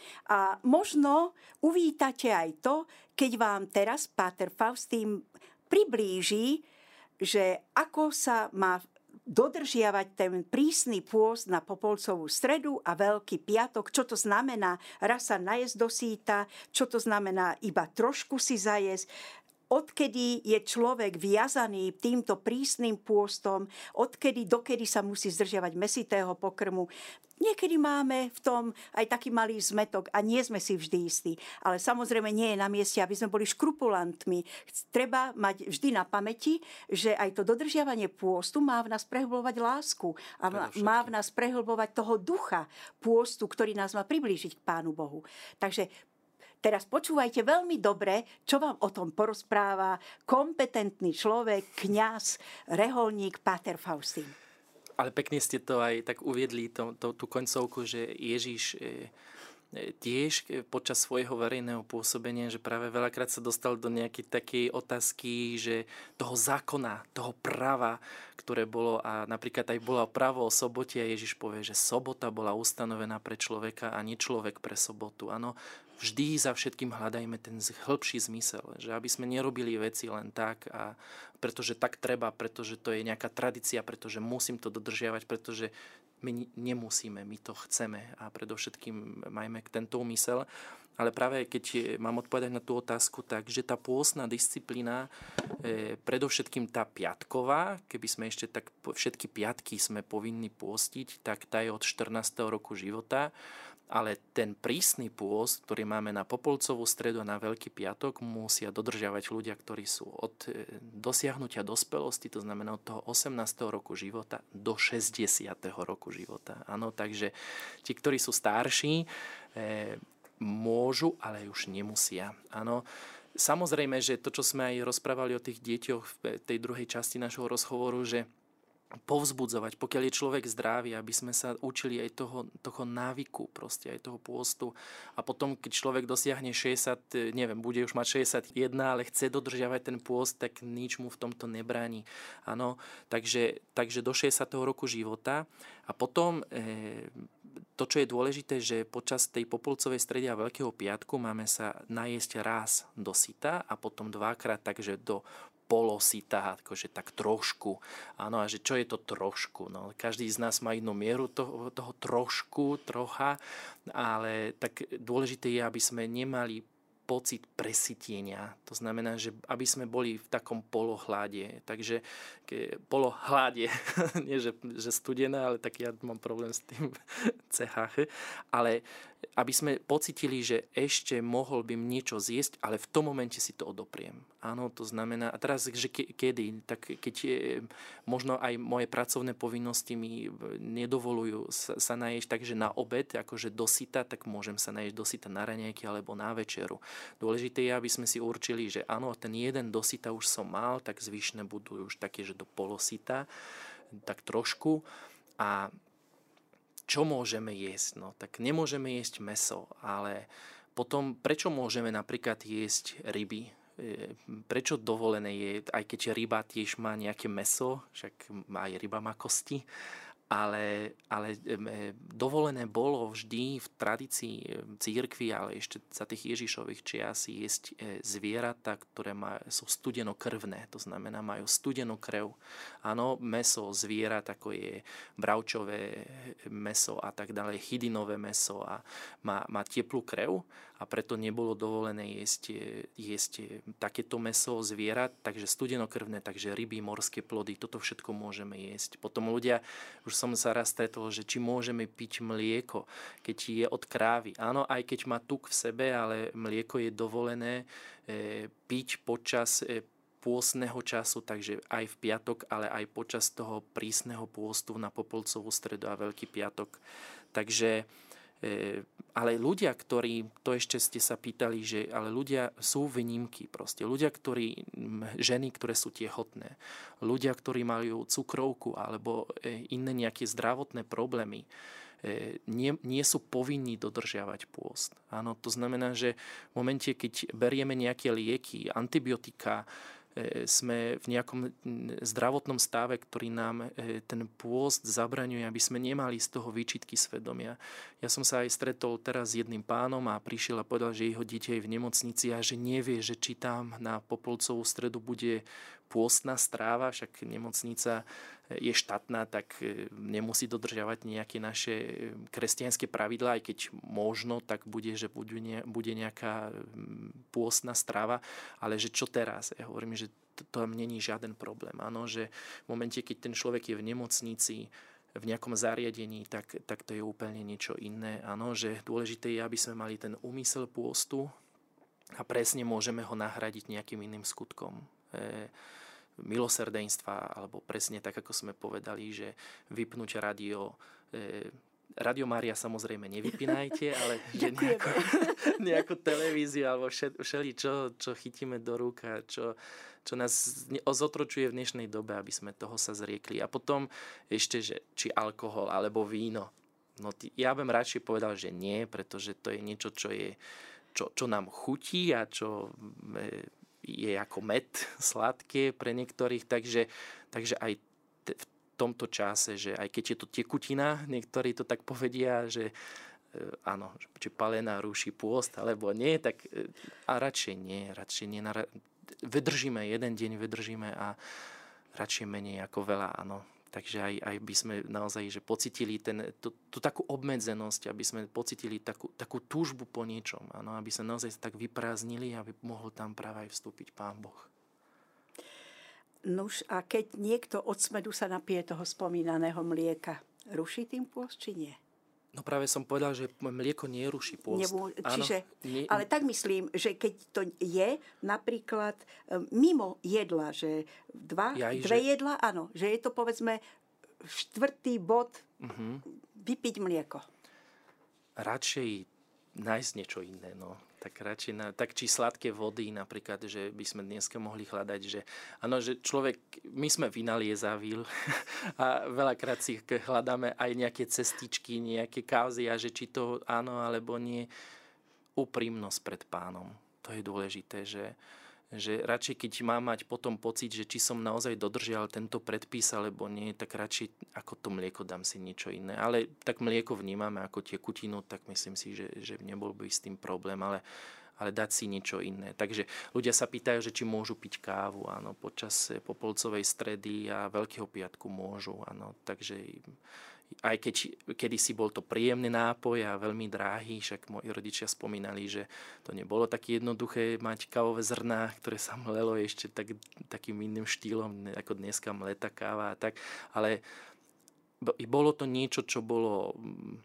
A možno uvítate aj to, keď vám teraz Páter Faustín priblíži, že ako sa má dodržiavať ten prísny pôst na popolcovú stredu a Veľký piatok, čo to znamená raz sa najesť do síta, čo to znamená iba trošku si zajesť, odkedy je človek viazaný týmto prísnym pôstom, odkedy dokedy sa musí zdržiavať mäsitého pokrmu. Niekedy máme v tom aj taký malý zmetok a nie sme si vždy istí. Ale samozrejme nie je na mieste, aby sme boli škrupulantmi. Treba mať vždy na pamäti, že aj to dodržiavanie pôstu má v nás prehlbovať lásku a má v nás prehlbovať toho ducha pôstu, ktorý nás má priblížiť k Pánu Bohu. Takže teraz počúvajte veľmi dobre, čo vám o tom porozpráva kompetentný človek, kňaz, reholník Páter Faustín. Ale pekne ste to aj tak uviedli, to, to, tú koncovku, že Ježiš e, e, tiež počas svojho verejného pôsobenia, že práve veľakrát sa dostal do nejakej takej otázky, že toho zákona, toho práva, ktoré bolo, a napríklad aj bola právo o sobote a Ježiš povie, že sobota bola ustanovená pre človeka a nie človek pre sobotu. Áno, vždy za všetkým hľadajme ten hĺbší zmysel, že aby sme nerobili veci len tak, a pretože tak treba, pretože to je nejaká tradícia, pretože musím to dodržiavať, pretože my nemusíme, my to chceme a predovšetkým majme tento úmysel. Ale práve keď mám odpovedať na tú otázku, takže tá pôstna disciplína, e, predovšetkým tá piatková, keby sme ešte tak všetky piatky sme povinní pôstiť, tak tá je od štrnásteho roku života. Ale ten prísny pôst, ktorý máme na Popolcovú stredu a na Veľký piatok, musia dodržiavať ľudia, ktorí sú od dosiahnutia dospelosti, to znamená od toho osemnásteho roku života do šesťdesiateho roku života. Áno, takže tí, ktorí sú starší, e, môžu, ale už nemusia. Áno. Samozrejme, že to, čo sme aj rozprávali o tých deťoch v tej druhej časti našho rozhovoru, že povzbudzovať, pokiaľ je človek zdravý, aby sme sa učili aj toho, toho návyku, proste aj toho pôstu. A potom, keď človek dosiahne šesťdesiat, neviem, bude už mať šesťdesiatjeden, ale chce dodržiavať ten pôst, tak nič mu v tomto nebráni. Áno, takže, takže do šesťdesiateho roku života. A potom e, to, čo je dôležité, že počas tej Popolcovej stredy a Veľkého piatku máme sa najesť raz do syta a potom dvakrát, takže do polosita, akože tak trošku. Áno, a že čo je to trošku? No, každý z nás má inú mieru toho, toho trošku, trocha, ale tak dôležité je, aby sme nemali pocit presytenia. To znamená, že aby sme boli v takom polohláde. Takže ke, polohláde, nie že, že studená, ale tak ja mám problém s tým cé há há. Ale aby sme pocitili, že ešte mohol by niečo zjesť, ale v tom momente si to odopriem. Áno, to znamená, a teraz, že ke, kedy, tak keď je, možno aj moje pracovné povinnosti mi nedovolujú sa, sa najesť, takže na obed, akože do syta, tak môžem sa najesť do syta na raňajky alebo na večeru. Dôležité je, aby sme si určili, že áno, ten jeden do syta už som mal, tak zvyšné budú už také, že do polosyta, tak trošku. A čo môžeme jesť? No, tak nemôžeme jesť mäso, ale potom prečo môžeme napríklad jesť ryby? Prečo dovolené je, aj keď ryba tiež má nejaké mäso, však aj ryba má kosti, ale, ale dovolené bolo vždy v tradícii cirkvi, ale ešte za tých Ježišových čias jesť zvieratá, ktoré má, sú studenokrvné, to znamená majú studenú krv. Áno, mäso zvierat, ako je bravčové mäso a tak ďalej, chydinové mäso a má, má teplú krv a preto nebolo dovolené jesť, jesť takéto mäso zvierat, takže studenokrvné, takže ryby, morské plody, toto všetko môžeme jesť. Potom ľudia, už som sa raz stretol, že či môžeme piť mlieko, keď je od krávy. Áno, aj keď má tuk v sebe, ale mlieko je dovolené e, piť počas e, pôstneho času, takže aj v piatok, ale aj počas toho prísneho pôstu na Popolcovú stredu a Veľký piatok. Takže ale ľudia, ktorí, to ešte ste sa pýtali, že ale ľudia sú výnimky proste. Ľudia, ktorí, ženy, ktoré sú tehotné, ľudia, ktorí majú cukrovku alebo iné nejaké zdravotné problémy, nie, nie sú povinní dodržiavať pôst. Áno, to znamená, že v momente, keď berieme nejaké lieky, antibiotika, sme v nejakom zdravotnom stave, ktorý nám ten pôst zabraňuje, aby sme nemali z toho výčitky svedomia. Ja som sa aj stretol teraz s jedným pánom a prišiel a povedal, že jeho dieťa je v nemocnici a že nevie, že či tam na Popolcovú stredu bude pôstna stráva, však nemocnica je štátna, tak nemusí dodržiavať nejaké naše kresťanské pravidlá, aj keď možno tak bude, že bude nejaká pôstna strava, ale že čo teraz? Ja hovorím, že to tam není žiaden problém. Áno, že v momente, keď ten človek je v nemocnici, v nejakom zariadení, tak, tak to je úplne niečo iné. Áno, že dôležité je, aby sme mali ten úmysel pôstu a presne môžeme ho nahradiť nejakým iným skutkom. E, milosrdenstva, alebo presne tak, ako sme povedali, že vypnúť radio. E, Radio Mária samozrejme nevypínajte, ale že nejakú, nejakú televíziu alebo všeli, čo, čo chytíme do rúk a čo, čo nás zotročuje v dnešnej dobe, aby sme toho sa zriekli. A potom ešte, že či alkohol alebo víno. No, ja bym radšej povedal, že nie, pretože to je niečo, čo, je, čo, čo nám chutí a čo je ako med, sladké pre niektorých, takže, takže aj v tomto čase, že aj keď je to tekutina, niektorí to tak povedia, že áno, či palená ruší pôst, alebo nie, tak a radšej nie, radšej nie. Vydržíme jeden deň, vydržíme a radšej menej ako veľa, áno. Takže aj, aj by sme naozaj že pocitili ten, tú, tú takú obmedzenosť, aby sme pocitili takú, takú túžbu po niečom, áno, aby sa naozaj tak vyprázdnili, aby mohol tam práve aj vstúpiť Pán Boh. Nuž, a keď niekto od smedu sa napije toho spomínaného mlieka, ruší tým pôst, či nie? No práve som povedal, že mlieko neruší pôst. Nebú, čiže, áno, nie, ale tak myslím, že keď to je napríklad mimo jedla, že dva, ja, dve že... jedla, áno, že je to povedzme štvrtý bod uh-huh. vypiť mlieko. Radšej nájsť niečo iné, no. Tak radšej, na, tak či sladké vody napríklad, že by sme dneska mohli hľadať, že áno, že človek, my sme vynaliezaví a veľakrát si hľadáme aj nejaké cestičky, nejaké kauzy a že či to áno alebo nie, úprimnosť pred Pánom. To je dôležité, že, že radšej keď mám mať potom pocit, že či som naozaj dodržial tento predpis alebo nie, tak radšej ako to mlieko dám si niečo iné. Ale tak mlieko vnímame ako tekutinu, tak myslím si, že, že nebol by s tým problém, ale, ale dať si niečo iné. Takže ľudia sa pýtajú, že či môžu piť kávu, áno, počas popolcovej stredy a Veľkého piatku môžu, áno, takže aj keď kedysi bol to príjemný nápoj a veľmi drahý, však moji rodičia spomínali, že to nebolo také jednoduché mať kávové zrná, ktoré sa mlelo ešte tak, takým iným štýlom, ako dneska mletá káva a tak, ale bolo to niečo, čo bolo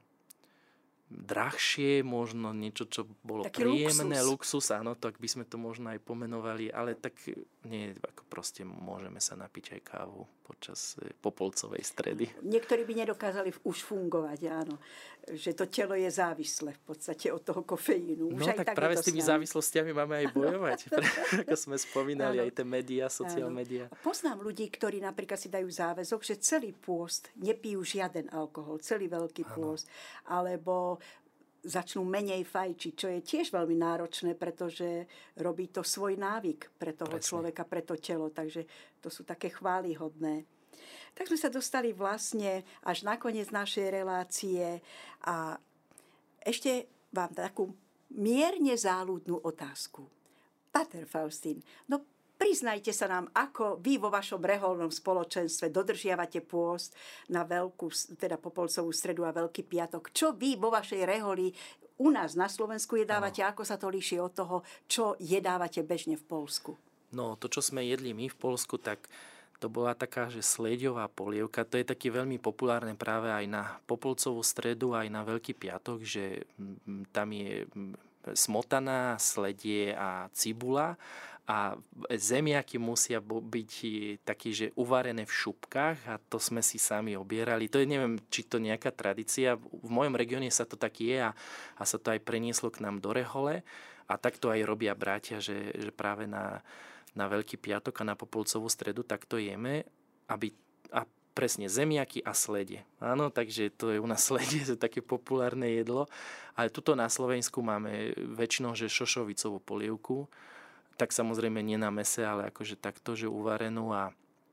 drahšie, možno niečo, čo bolo taký príjemné, luxus. luxus, áno, tak by sme to možno aj pomenovali, ale tak nie, ako proste môžeme sa napiť aj kávu počas popolcovej stredy. Niektorí by nedokázali už fungovať, áno, že to telo je závislé v podstate od toho kofeínu. Už no tak, tak práve s tými závislostiami máme aj bojovať, ako sme spomínali, áno. Aj tie médiá, sociálne médiá. Poznám ľudí, ktorí napríklad si dajú záväzok, že celý pôst nepijú žiaden alkohol, celý veľký áno. pôst, alebo začnú menej fajčiť, čo je tiež veľmi náročné, pretože robí to svoj návyk pre toho Presne. človeka, pre to telo. Takže to sú také chválihodné. Tak sme sa dostali vlastne až na koniec našej relácie a ešte vám takú mierne záľudnú otázku. Páter Faustín, no priznajte sa nám, ako vy vo vašom reholnom spoločenstve dodržiavate pôst na veľkú, teda popolcovú stredu a Veľký piatok. Čo vy vo vašej reholi u nás na Slovensku jedávate, ano. Ako sa to líši od toho, čo jedávate bežne v Poľsku? No, to, čo sme jedli my v Poľsku, tak to bola taká, že sléďová polievka. To je taký veľmi populárne práve aj na popolcovú stredu, aj na Veľký piatok, že tam je smotana, sledie a cibula. A zemiaky musia byť také, že uvarené v šupkách a to sme si sami obierali. To je, neviem, či to nejaká tradícia. V mojom regióne sa to tak je a, a sa to aj prenieslo k nám do rehole. A tak to aj robia bratia, že, že práve na, na Veľký piatok a na popolcovú stredu takto jeme, aby a presne zemiaky a sledie. Áno, takže to je u nás sledie, to je také populárne jedlo. Ale tuto na Slovensku máme väčšinou, že šošovicovú polievku, tak samozrejme nie na mese, ale akože takto, že uvarenú a,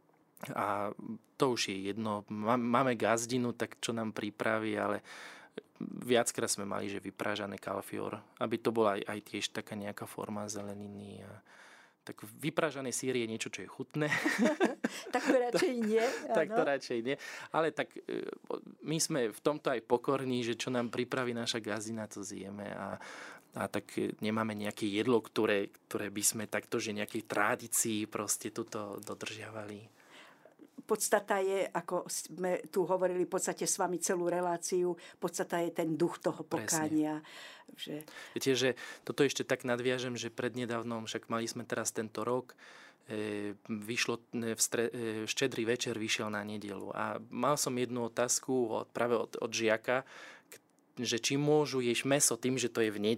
a to už je jedno. Máme gazdinu, tak čo nám pripraví, ale viackrát sme mali, že vyprážané kalfior, aby to bola aj, aj tiež taká nejaká forma zeleniny. A tak vyprážaný sír je niečo, čo je chutné. Tak to radšej nie. Tak to radšej nie. Ale tak my sme v tomto aj pokorní, že čo nám pripraví naša gazdina, to zjeme a A tak nemáme nejaké jedlo, ktoré, ktoré by sme takto, že nejakej tradícii proste tuto dodržiavali. Podstata je, ako sme tu hovorili v podstate s vami celú reláciu, podstata je ten duch toho pokánia. Že... Viete, že toto ešte tak nadviažem, že prednedávnom, však mali sme teraz tento rok, e, vyšlo v stre, e, štedrý večer vyšiel na nedeľu. A mal som jednu otázku od, práve od, od žiaka, že či môžu jesť mäso tým, že to je v nedeľu.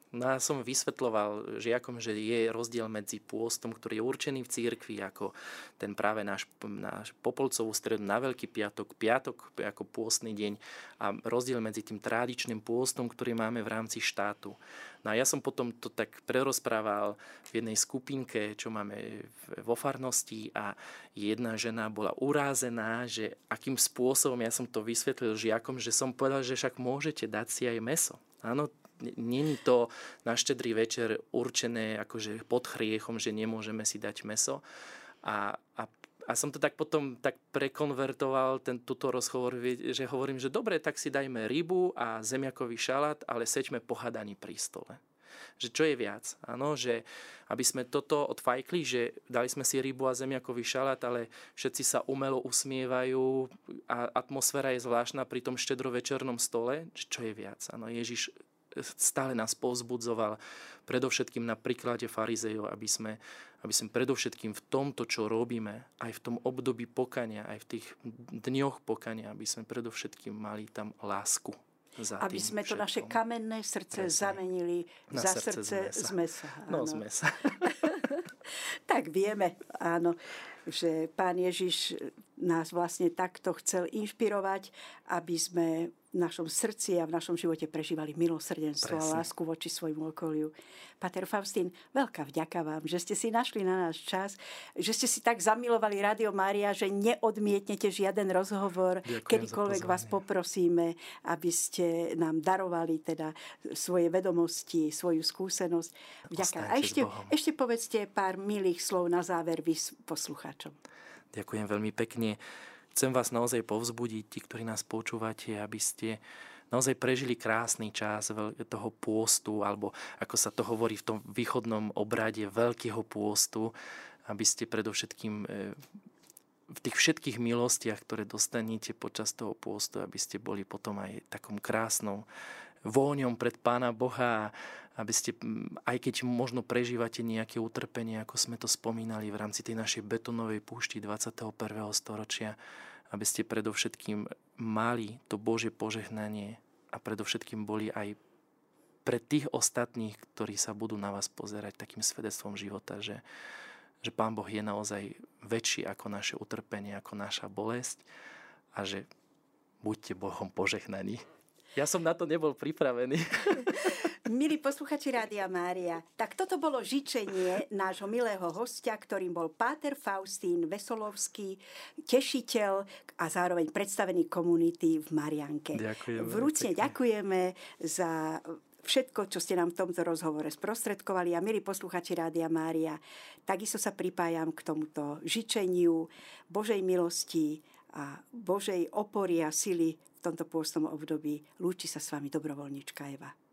No ja som vysvetľoval žiakom, že je rozdiel medzi pôstom, ktorý je určený v cirkvi, ako ten práve náš, náš Popolcovú stredu na Veľký piatok, piatok ako pôstny deň a rozdiel medzi tým tradičným pôstom, ktorý máme v rámci štátu. No a ja som potom to tak prerozprával v jednej skupinke, čo máme vo farnosti a jedna žena bola urázená, že akým spôsobom ja som to vysvetlil žiakom, že som povedal, že však môžete dať si aj mäso. Áno, není to na štedrý večer určené akože pod hriechom, že nemôžeme si dať mäso. A, a, a som to tak potom tak prekonvertoval, ten, túto rozhovor, že hovorím, že dobre, tak si dajme rybu a zemiakový šalát, ale seďme pohadaní pri stole. Že čo je viac? Áno, že aby sme toto odfajkli, že dali sme si rybu a zemiakový šalát, ale všetci sa umelo usmievajú a atmosféra je zvláštna pri tom štedrovečernom stole, že čo je viac? Áno, Ježiš stále nás povzbudzoval predovšetkým na príklade farizejov, aby sme, aby sme predovšetkým v tomto, čo robíme, aj v tom období pokania, aj v tých dňoch pokania, aby sme predovšetkým mali tam lásku. Za aby sme to všetkom. Naše kamenné srdce Presne. Zamenili na za srdce srdce z mesa. No z mesa. Tak vieme, áno, že Pán Ježiš nás vlastne takto chcel inšpirovať, aby sme v našom srdci a v našom živote prežívali milosrdenstvo Presne. A lásku voči svojmu okoliu. Páter Faustín, veľká vďaka vám, že ste si našli na náš čas, že ste si tak zamilovali Rádio Mária, že neodmietnete žiaden rozhovor, Ďakujem kedykoľvek vás poprosíme, aby ste nám darovali teda svoje vedomosti, svoju skúsenosť. Vďaka. A ešte, ešte povedzte pár milých slov na záver vy poslucháčom. Ďakujem veľmi pekne. Chcem vás naozaj povzbudiť, tí, ktorí nás počúvate, aby ste naozaj prežili krásny čas toho pôstu, alebo ako sa to hovorí v tom východnom obrade Veľkého pôstu, aby ste predovšetkým v tých všetkých milostiach, ktoré dostanete počas toho pôstu, aby ste boli potom aj takom krásnom vôňom pred Pána Boha, aby ste, aj keď možno prežívate nejaké utrpenie, ako sme to spomínali v rámci tej našej betónovej púšti dvadsiateho prvého storočia, aby ste predovšetkým mali to Božie požehnanie a predovšetkým boli aj pre tých ostatných, ktorí sa budú na vás pozerať takým svedectvom života, že, že Pán Boh je naozaj väčší ako naše utrpenie, ako naša bolesť a že buďte Bohom požehnaní. Ja som na to nebol pripravený. Milí posluchači Rádia Mária, tak toto bolo žičenie nášho milého hostia, ktorým bol páter Faustín Vesolovský, tešiteľ a zároveň predstavený komunity v Mariánke. Ďakujem. Vrúcne ďakujeme za všetko, čo ste nám v tomto rozhovore sprostredkovali. A milí posluchači Rádia Mária, takisto sa pripájam k tomuto žičeniu Božej milosti a Božej opory a sily v tomto pôstnom období. Lúči sa s vami dobrovoľníčka Eva.